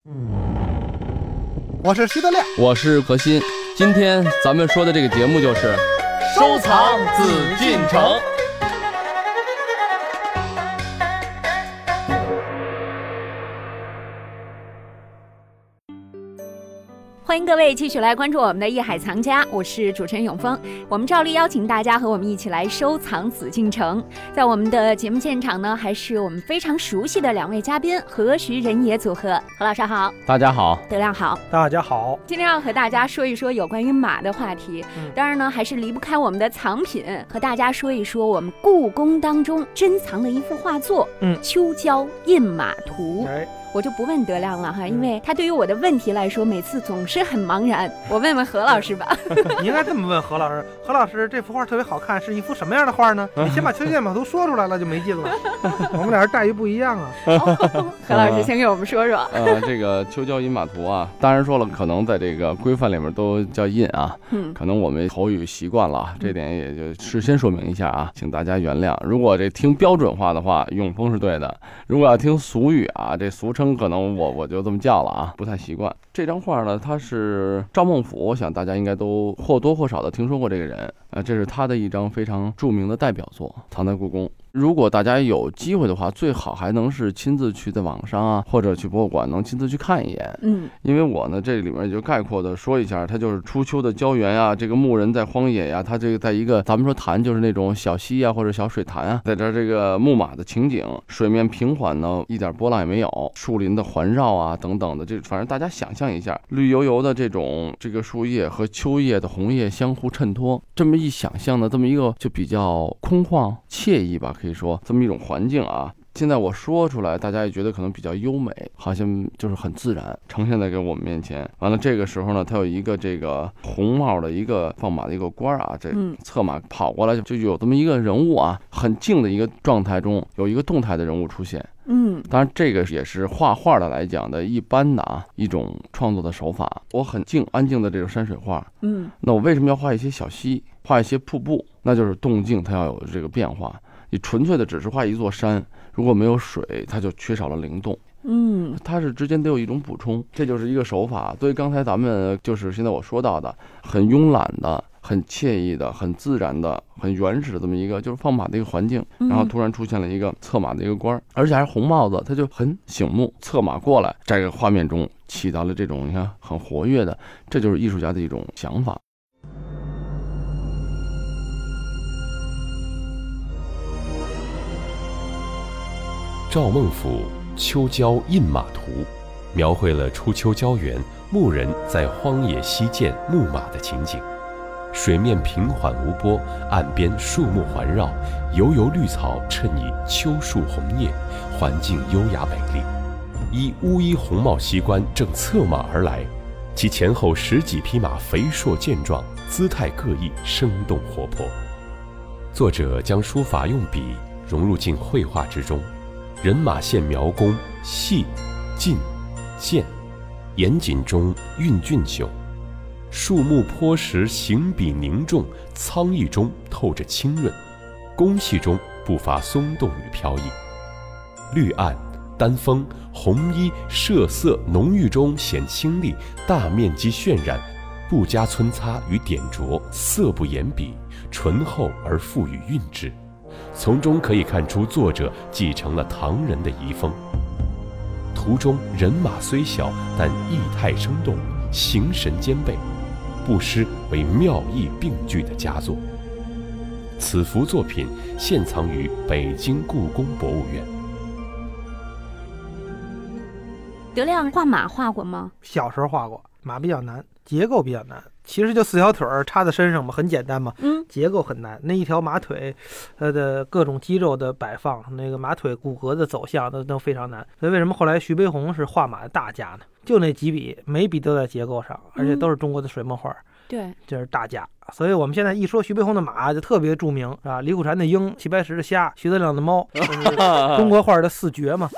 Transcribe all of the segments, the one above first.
我是徐德亮， 我是何鑫。今天咱们说的这个节目就是收藏紫禁城。 欢迎各位继续来关注我们的艺海藏家，我是主持人永峰。我们照例邀请大家和我们一起来收藏紫禁城。在我们的节目现场呢，还是我们非常熟悉的两位嘉宾，何徐人也组合。何老师好。 大家好。 德亮好。 大家好。 今天要和大家说一说有关于马的话题，当然呢还是离不开我们的藏品，和大家说一说我们故宫当中珍藏的一幅画作，秋郊印马图。我就不问德亮了哈，因为他对于我的问题来说，每次总是很茫然。我问问何老师吧。 你应该这么问何老师：何老师，这幅画特别好看，是一幅什么样的画呢？你先把秋郊印马图说出来了就没劲了。我们俩人待遇不一样啊。 何老师先给我们说说。 这个秋郊印马图啊，当然说了，可能在这个规范里面都叫印啊，可能我们口语习惯了，这点也就事先说明一下啊，请大家原谅。如果这听标准化的话，永丰是对的；如果要听俗语啊，这俗称可能我就这么叫了啊，不太习惯。这张画呢，它是赵孟俯，我想大家应该都或多或少的听说过这个人这是他的一张非常著名的代表作，藏在故宫。如果大家有机会的话，最好还能是亲自去在网上啊，或者去博物馆能亲自去看一眼。因为我呢这里面就概括的说一下，它就是初秋的郊原啊，这个牧人在荒野呀，它这个在一个咱们说潭就是那种小溪啊或者小水潭啊，在这个牧马的情景，水面平缓呢，一点波浪也没有，树林的环绕啊等等的，这反正大家想象一下，绿油油的这个树叶和秋叶的红叶相互衬托，这么一想象的这么一个就比较空旷惬意吧，可以说这么一种环境啊。现在我说出来，大家也觉得可能比较优美，好像就是很自然呈现在给我们面前。完了这个时候呢，它有一个这个红帽的一个放马的一个官啊，这策马跑过来就有这么一个人物啊，很静的一个状态中有一个动态的人物出现。当然这个也是画画的来讲的一般的一种创作的手法。我很安静的这种山水画，那我为什么要画一些小溪，画一些瀑布？那就是动静它要有这个变化。你纯粹的只是画一座山，如果没有水，它就缺少了灵动。它是之间得有一种补充，这就是一个手法。对于刚才咱们就是现在我说到的，很慵懒的、很惬意的、很自然的、很原始的这么一个就是放马的一个环境，然后突然出现了一个策马的一个官，而且还是红帽子，他就很醒目，策马过来，在这个画面中起到了这种你看很活跃的，这就是艺术家的一种想法。 赵孟俯秋郊印马图描绘了初秋郊原牧人在荒野溪涧牧马的情景，水面平缓无波，岸边树木环绕，油油绿草衬以秋树红叶，环境优雅美丽。一乌衣红帽西官正策马而来，其前后十几匹马肥硕健壮，姿态各异，生动活泼。作者将书法用笔融入进绘画之中，人马线描工细、劲、健，严谨中韵俊秀；树木坡实行笔凝重，苍意中透着清润，工细中不乏松动与飘逸。绿岸、丹枫、红衣设色浓郁中显清丽，大面积渲染，不加皴擦与点着，色不掩笔，醇厚而富于韵致。从中可以看出作者继承了唐人的遗风。图中人马虽小，但意态生动，形神兼备，不失为妙意并具的佳作。此幅作品现藏于北京故宫博物院。 德亮画马画过吗？ 小时候画过，马比较难，结构比较难。其实就四条腿插在身上嘛，很简单嘛。结构很难。那一条马腿，它的各种肌肉的摆放，那个马腿骨骼的走向都非常难。所以为什么后来徐悲鸿是画马的大家呢？就那几笔，每笔都在结构上，而且都是中国的水墨画。 对， 这是大家所以我们现在一说徐悲鸿的马就特别著名啊，李苦禅的鹰，齐白石的虾，徐德亮的猫，中国画的四绝嘛。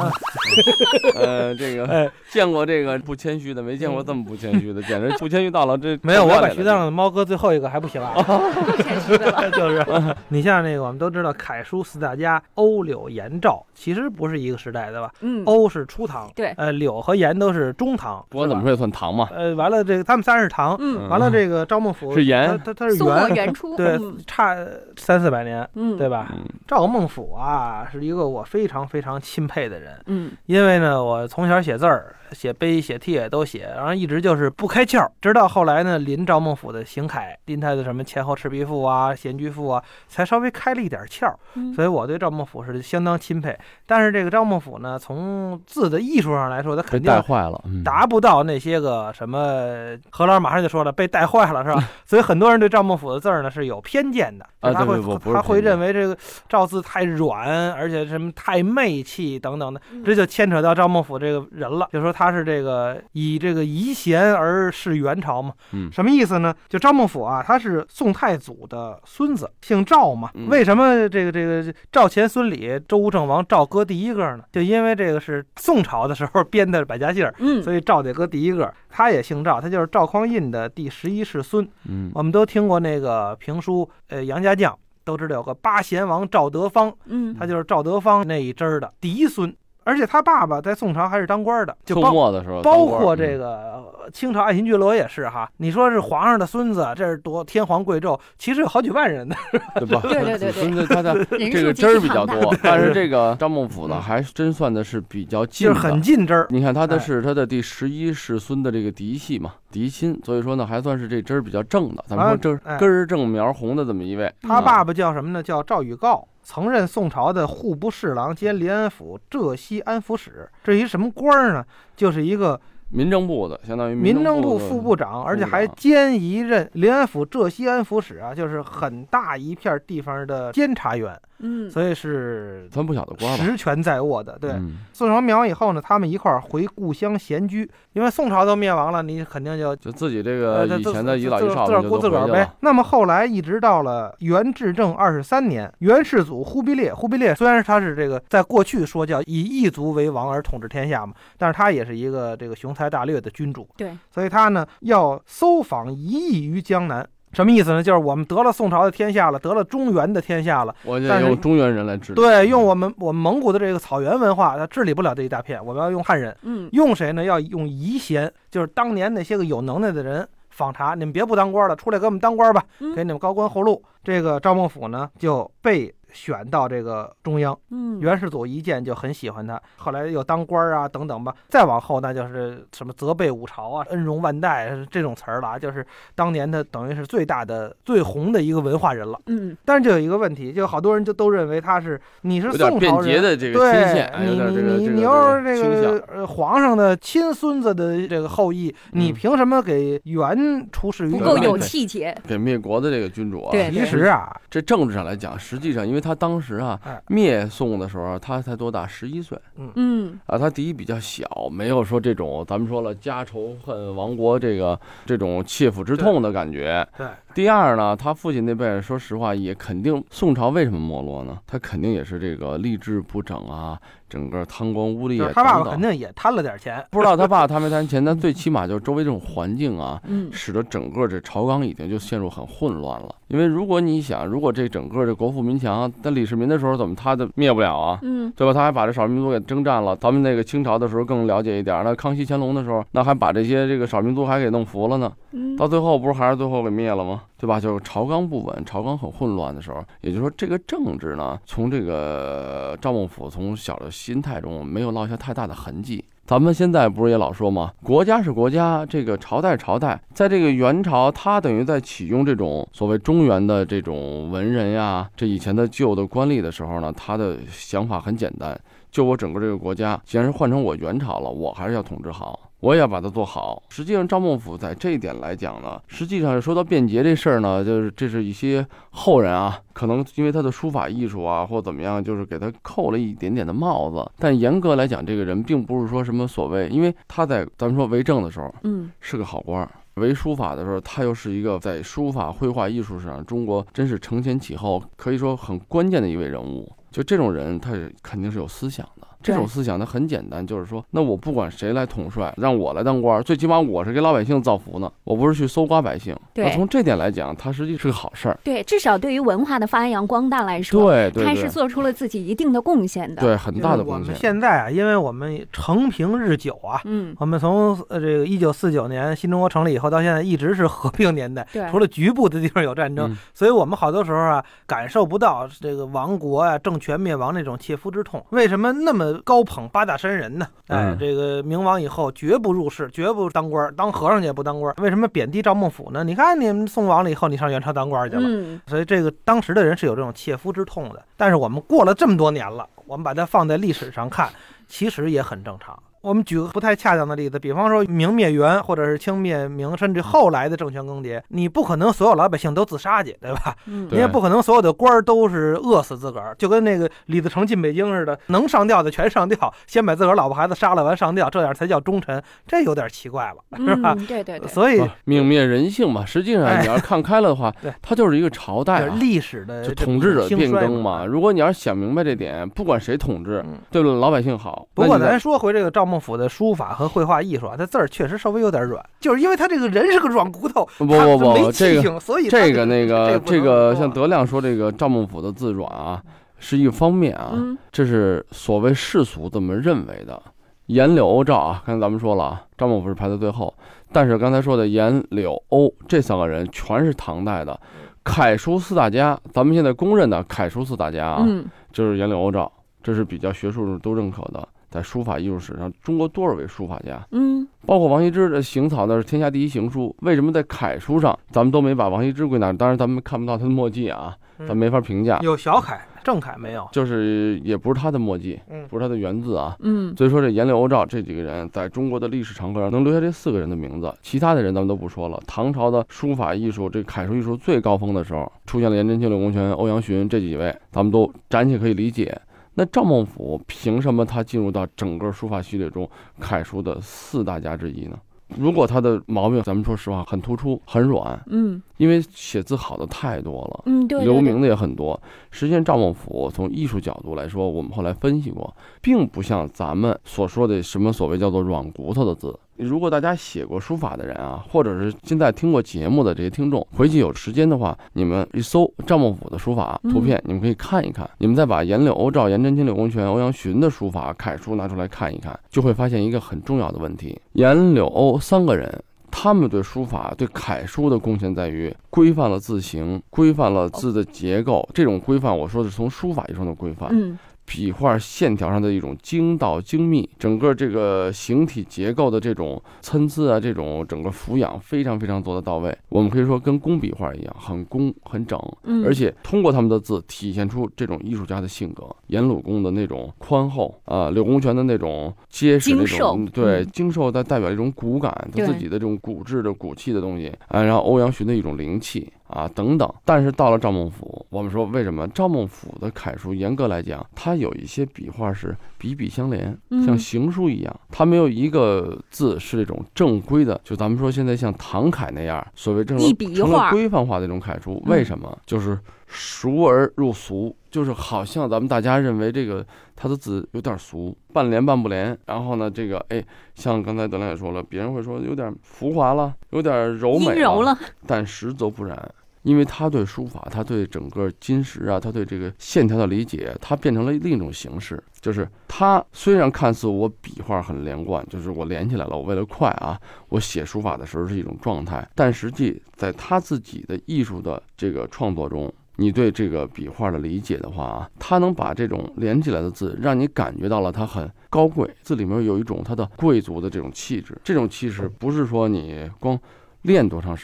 这个见过这个不谦虚的，没见过这么不谦虚的，简直不谦虚到了这。 没有，我把徐德亮的猫搁最后一个还不行啊。 不谦虚的了。 就是你像那个我们都知道楷书四大家欧柳颜赵，其实不是一个时代的吧？欧是初唐， 对， 柳和颜都是中唐。 不管怎么说也算唐嘛。 完了这个他们仨是唐，完了这个赵孟頫是颜， 他是宋末元初， 对，差300-400年，对吧？赵孟頫啊，是一个我非常非常钦佩的人，因为呢，我从小写字儿、写碑、写帖都写，然后一直就是不开窍，直到后来呢，临赵孟頫的行楷，临他的什么前后赤壁赋啊、闲居赋啊，才稍微开了一点窍，所以我对赵孟頫是相当钦佩。但是这个赵孟頫呢，从字的艺术上来说，他肯定带坏了， 达不到那些个什么。何老师马上就说了，被带坏了是吧？所以很多人对赵孟頫的字呢是有偏见的，他会认为这个赵字太软，而且什么太媚气等等的，这就牵扯到赵孟頫这个人了。就说他是这个以这个遗贤而仕元朝嘛，什么意思呢？就赵孟頫啊，他是宋太祖的孙子，姓赵嘛。为什么这个赵钱孙李周吴郑王赵搁第一个呢？就因为这个是宋朝的时候编的百家姓，所以赵得搁第一个。他也姓赵，他就是赵匡胤的第11世孙。我们都听过那个评书，杨家将都知道有个八贤王赵德芳，他就是赵德芳那一支的嫡孙。而且他爸爸在宋朝还是当官的，就末的时候， 包括这个清朝爱新觉罗也是哈。你说是皇上的孙子，这是多天皇贵胄，其实有好几万人的， 对吧？ 对， 孙子他的这个支儿比较多，但是这个赵孟頫呢，还真算的是比较近的， 就是很近支儿。 你看他的是他的第11世孙的这个嫡系嘛，嫡亲，所以说呢，还算是这支儿比较正的。咱们说这根儿正苗红的这么一位， 他爸爸叫什么呢？叫赵禹诰。曾任宋朝的户部侍郎兼临安府浙西安抚使，这一什么官呢？就是一个民政部的，相当于民政部副部长，而且还兼一任临安府浙西安抚使啊，就是很大一片地方的监察员。所以是算不小的官吧， 实权在握的。对，宋朝灭亡以后呢，他们一块儿回故乡闲居，因为宋朝都灭亡了，你肯定就自己这个以前的遗老遗少自个儿呗。那么后来一直到了元至正23年，元世祖忽必烈虽然他是这个在过去说叫以异族为王而统治天下嘛，但是他也是一个这个雄才大略的君主。 对， 所以他呢要搜访一役于江南。什么意思呢？就是我们得了宋朝的天下了，得了中原的天下了， 我就用中原人来治理。 对，用我们蒙古的这个草原文化，它治理不了这一大片，我们要用汉人。用谁呢？要用遗贤，就是当年那些个有能耐的人访查，你们别不当官了，出来给我们当官吧，给你们高官厚禄。这个赵孟頫呢就被选到这个中央，元世祖一见就很喜欢他，后来又当官啊等等吧。再往后那就是什么责备五朝啊、恩荣万代这种词儿了，就是当年的等于是最大的、最红的一个文化人了。但是就有一个问题，就好多人就都认为他是你是宋朝人， 的这个亲戚， 你要是这个皇上的亲孙子的这个后裔，你凭什么给元出仕于不够有气节？ 给灭国的这个君主啊， 对， 其实啊， 这政治上来讲，实际上因为他当时啊灭宋的时候，他才多大？11岁。他第一比较小，没有说这种咱们说了家仇恨亡国这种切肤之痛的感觉。 对。 第二呢，他父亲那辈说实话也肯定宋朝为什么没落呢？他肯定也是这个吏治不整啊，整个贪官污吏啊， 他爸爸肯定也贪了点钱， 不知道他爸贪没贪钱，但最起码就是周围这种环境啊，使得整个这朝纲已经就陷入很混乱了。因为如果你想，如果这整个这国富民强，在李世民的时候怎么他的灭不了啊？对吧？他还把这少数民族给征战了。咱们那个清朝的时候更了解一点，那康熙乾隆的时候，那还把这些这个少数民族还给弄服了呢。到最后不是还是最后给灭了吗？对吧？就是朝纲不稳，朝纲很混乱的时候，也就是说这个政治呢，从这个赵孟頫从小的心态中没有落下太大的痕迹。咱们现在不是也老说吗？国家是国家，这个朝代是朝代，在这个元朝，他等于在启用这种所谓中原的这种文人呀，这以前的旧的官吏的时候呢，他的想法很简单，就我整个这个国家，既然是换成我元朝了，我还是要统治好。我也要把它做好。实际上赵孟頫在这一点来讲呢，实际上说到便捷这事儿呢，就是这是一些后人啊，可能因为他的书法艺术啊或怎么样，就是给他扣了一点点的帽子。但严格来讲，这个人并不是说什么所谓，因为他在咱们说为政的时候，是个好官， 为书法的时候，他又是一个在书法绘画艺术上中国真是承前启后，可以说很关键的一位人物。就这种人，他肯定是有思想的。这种思想它很简单，就是说，那我不管谁来统帅，让我来当官，最起码我是给老百姓造福呢，我不是去搜刮百姓。那从这点来讲，它实际是个好事儿。 对，至少对于文化的发扬光大来说， 对， 它是做出了自己一定的贡献的。 对，很大的贡献。 我们现在啊，因为我们承平日久啊，我们从这个1949年新中国成立以后到现在一直是和平年代，除了局部的地方有战争，所以我们好多时候啊感受不到这个亡国啊、政权灭亡那种切肤之痛。为什么那么高捧八大山人呢？这个明亡以后绝不入仕，绝不当官，当和尚也不当官。为什么贬低赵孟頫呢？你看你们宋亡了以后，你上元朝当官去了，所以这个当时的人是有这种切肤之痛的。但是我们过了这么多年了，我们把它放在历史上看，其实也很正常。我们举个不太恰当的例子，比方说明灭元，或者是清灭明，甚至后来的政权更迭，你不可能所有老百姓都自杀去，对吧？你也不可能所有的官都是饿死自个儿，就跟那个李自成进北京似的，能上吊的全上吊，先把自个儿老婆孩子杀了完上吊，这样才叫忠臣，这有点奇怪了，是吧？ 对对对。 所以泯灭人性嘛，实际上你要看开了的话，它就是一个朝代历史的就统治者变更嘛。如果你要是想明白这点，不管谁统治，对老百姓好。 不过咱说回这个赵孟頫的书法和绘画艺术啊，他字儿确实稍微有点软，就是因为他这个人是个软骨头， 不， 没气性，所以这个像德亮说这个赵孟頫的字软啊，是一个方面啊，这是所谓世俗这么认为的。颜柳欧赵啊，刚才咱们说了啊，赵孟頫是排在最后，但是刚才说的颜柳欧这三个人全是唐代的楷书四大家，咱们现在公认的楷书四大家啊，就是颜柳欧赵，这是比较学术都认可的。在书法艺术史上，中国多少位书法家？包括王羲之的行草的是天下第一行书，为什么在楷书上咱们都没把王羲之归纳？当然咱们看不到他的墨迹啊，咱没法评价。 有小楷，正楷没有， 就是也不是他的墨迹，不是他的原字啊。所以说这颜柳欧赵这几个人在中国的历史长河上能留下这4个人的名字，其他的人咱们都不说了。唐朝的书法艺术，这楷书艺术最高峰的时候，出现了颜真卿、柳公权、欧阳询这几位，咱们都暂且可以理解。那赵孟頫凭什么他进入到整个书法系列中楷书的4大家之一呢？如果他的毛病，咱们说实话很突出，很软，因为写字好的太多了， 对， 留名的也很多。实际上赵孟頫从艺术角度来说，我们后来分析过，并不像咱们所说的什么所谓叫做软骨头的字。如果大家写过书法的人啊，或者是现在听过节目的这些听众，回去有时间的话，你们一搜赵孟頫的书法图片，你们可以看一看，你们再把颜柳欧赵、颜真卿、柳公权、欧阳询的书法楷书拿出来看一看，就会发现一个很重要的问题：颜柳欧3个人，他们对书法、对楷书的贡献在于规范了字形，规范了字的结构。这种规范，我说的是从书法艺术的规范。笔画线条上的一种精到精密，整个这个形体结构的这种参差啊，这种整个俯仰非常非常做得到位。我们可以说跟工笔画一样，很工很整，而且通过他们的字体现出这种艺术家的性格。颜鲁公的那种宽厚啊，柳公权的那种结实那种，对，精瘦它代表一种骨感，他自己的这种骨质的骨气的东西啊，然后欧阳询的一种灵气啊等等。但是到了赵孟頫，我们说为什么赵孟頫的楷书严格来讲，它有一些笔画是笔笔相连，像行书一样，它没有一个字是这种正规的，就咱们说现在像唐楷那样所谓成了规范化的这种楷书。为什么？就是熟而入俗，就是好像咱们大家认为这个他的字有点俗，半连半不连，然后呢这个像刚才德亮也说了，别人会说有点浮华了，有点柔美了，但实则不然。因为他对书法，他对整个金石啊，他对这个线条的理解，他变成了另一种形式。就是他虽然看似我笔画很连贯，就是我连起来了，我为了快啊，我写书法的时候是一种状态，但实际在他自己的艺术的这个创作中，你对这个笔画的理解的话啊，他能把这种连起来的字让你感觉到了它很高贵，字里面有一种它的贵族的这种气质。这种气质不是说你光练多长时间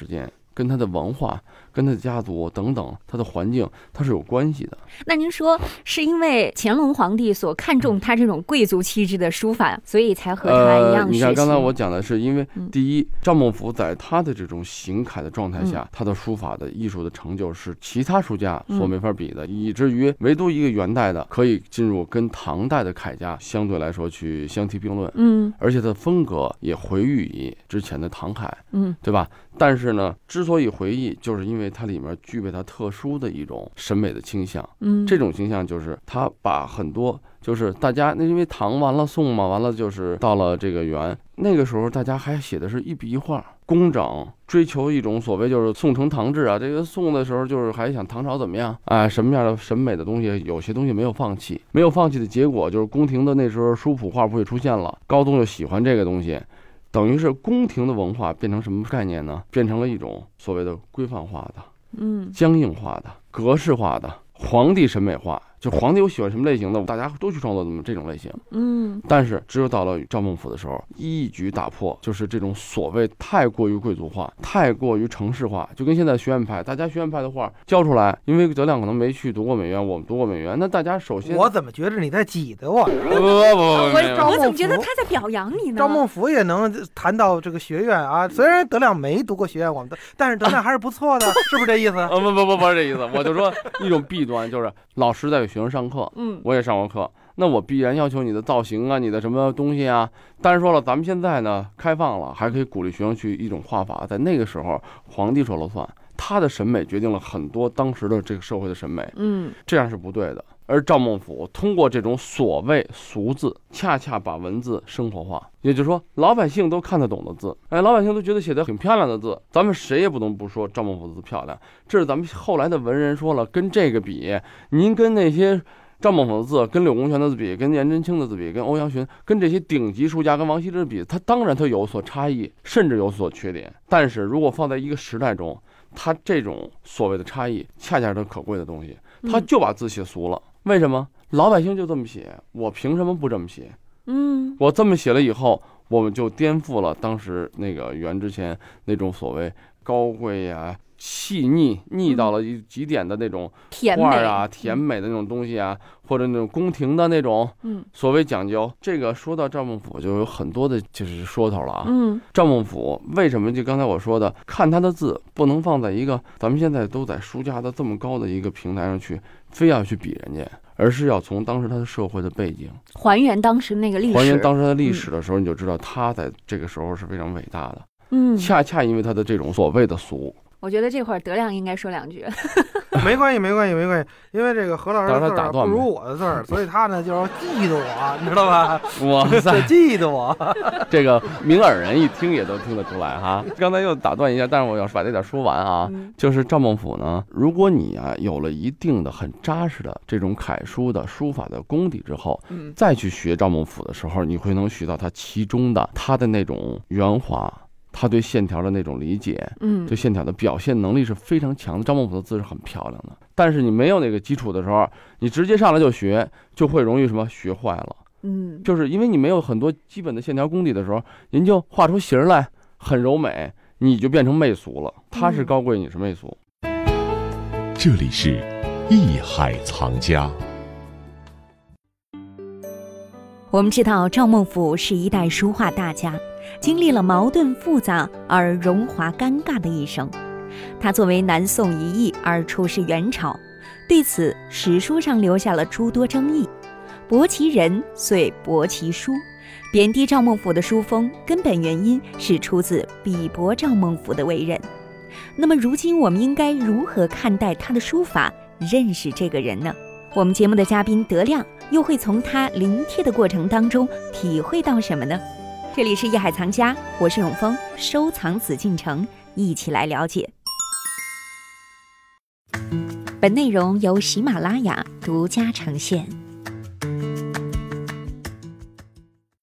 跟他的文化、跟他的家族等等，他的环境，它是有关系的。 那您说是因为乾隆皇帝所看重他这种贵族气质的书法，所以才和他一样学习？ 你看刚才我讲的是，因为第一，赵孟頫在他的这种行楷的状态下，他的书法的艺术的成就是其他书家所没法比的，以至于唯独一个元代的可以进入跟唐代的楷家相对来说去相提并论。而且他的风格也回忆于之前的唐楷，对吧？但是呢，之所以回忆，就是因为它里面具备它特殊的一种审美的倾向。这种倾向就是他把很多，就是大家那因为唐完了宋嘛，完了就是到了这个元，那个时候大家还写的是一笔一画，工整，追求一种所谓就是宋承唐制啊。这个宋的时候就是还想唐朝怎么样，什么样的审美的东西，有些东西没有放弃，没有放弃的结果就是宫廷的那时候书谱画谱也出现了，高宗就喜欢这个东西。等于是宫廷的文化变成什么概念呢？变成了一种所谓的规范化的、僵硬化的、格式化的、皇帝审美化。就皇帝有喜欢什么类型的，大家都去创作这种类型。但是只有到了赵孟頫的时候，一举打破，就是这种所谓太过于贵族化、太过于城市化。就跟现在学院派，大家学院派的画教出来，因为德亮可能没去读过美院，我们读过美院，那大家首先， 我怎么觉得你在挤得我？ 我怎么觉得他在表扬你呢？ 赵孟頫也能谈到这个学院啊，虽然德亮没读过学院，但是德亮还是不错的，是不是这意思？ 不是这意思，我就说一种弊端就是老师在给学生上课，我也上过课，那我必然要求你的造型啊，你的什么东西啊。但是说了，咱们现在呢开放了，还可以鼓励学生去一种画法。在那个时候，皇帝说了算，他的审美决定了很多当时的这个社会的审美，这样是不对的。而赵孟頫通过这种所谓俗字，恰恰把文字生活化，也就是说老百姓都看得懂的字，老百姓都觉得写得挺漂亮的字，咱们谁也不能不说赵孟頫的字漂亮。这是咱们后来的文人说了，跟这个比，您跟那些赵孟頫的字，跟柳公权的字比，跟颜真卿的字比，跟欧阳询，跟这些顶级书家，跟王羲之比，他当然他有所差异，甚至有所缺点。但是如果放在一个时代中，他这种所谓的差异，恰恰是他可贵的东西，他就把字写俗了。为什么？老百姓就这么写，我凭什么不这么写？我这么写了以后，我们就颠覆了当时那个元之前那种所谓高贵呀、细腻到了极点的那种画啊、甜美的那种东西啊，或者那种宫廷的那种所谓讲究。这个说到赵孟頫就有很多的就是说头了啊。赵孟頫为什么就刚才我说的，看他的字不能放在一个咱们现在都在书架的这么高的一个平台上去，非要去比人家，而是要从当时他的社会的背景还原当时那个历史， 还原当时的历史的时候，你就知道他在这个时候是非常伟大的。恰恰因为他的这种所谓的俗。我觉得这会儿德亮应该说两句。 没关系，因为这个何老师的字儿不如我的字儿，所以他呢就要嫉妒我，你知道吧？ 哇塞， 嫉妒我。 这个明耳人一听也都听得出来哈。刚才又打断一下，但是我要把这点说完啊。就是赵孟頫呢，如果你有了一定的很扎实的这种楷书的书法的功底之后，再去学赵孟頫的时候，你会能学到他其中的他的那种圆滑。他对线条的那种理解，对线条的表现能力是非常强的。赵孟頫的字是很漂亮的，但是你没有那个基础的时候，你直接上来就学，就会容易什么学坏了。就是因为你没有很多基本的线条功底的时候，您就画出形来很柔美，你就变成媚俗了。他是高贵，你是媚俗。 这里是艺海藏家。 我们知道赵孟頫是一代书画大家，经历了矛盾复杂而荣华尴尬的一生。他作为南宋一役而出仕元朝，对此史书上留下了诸多争议。驳其人，遂驳其书，贬低赵孟頫的书风，根本原因是出自鄙薄赵孟頫的为人。那么如今我们应该如何看待他的书法，认识这个人呢？我们节目的嘉宾德亮又会从他临帖的过程当中体会到什么呢？这里是艺海藏家，我是永峰，收藏紫禁城，一起来了解。本内容由喜马拉雅独家呈现。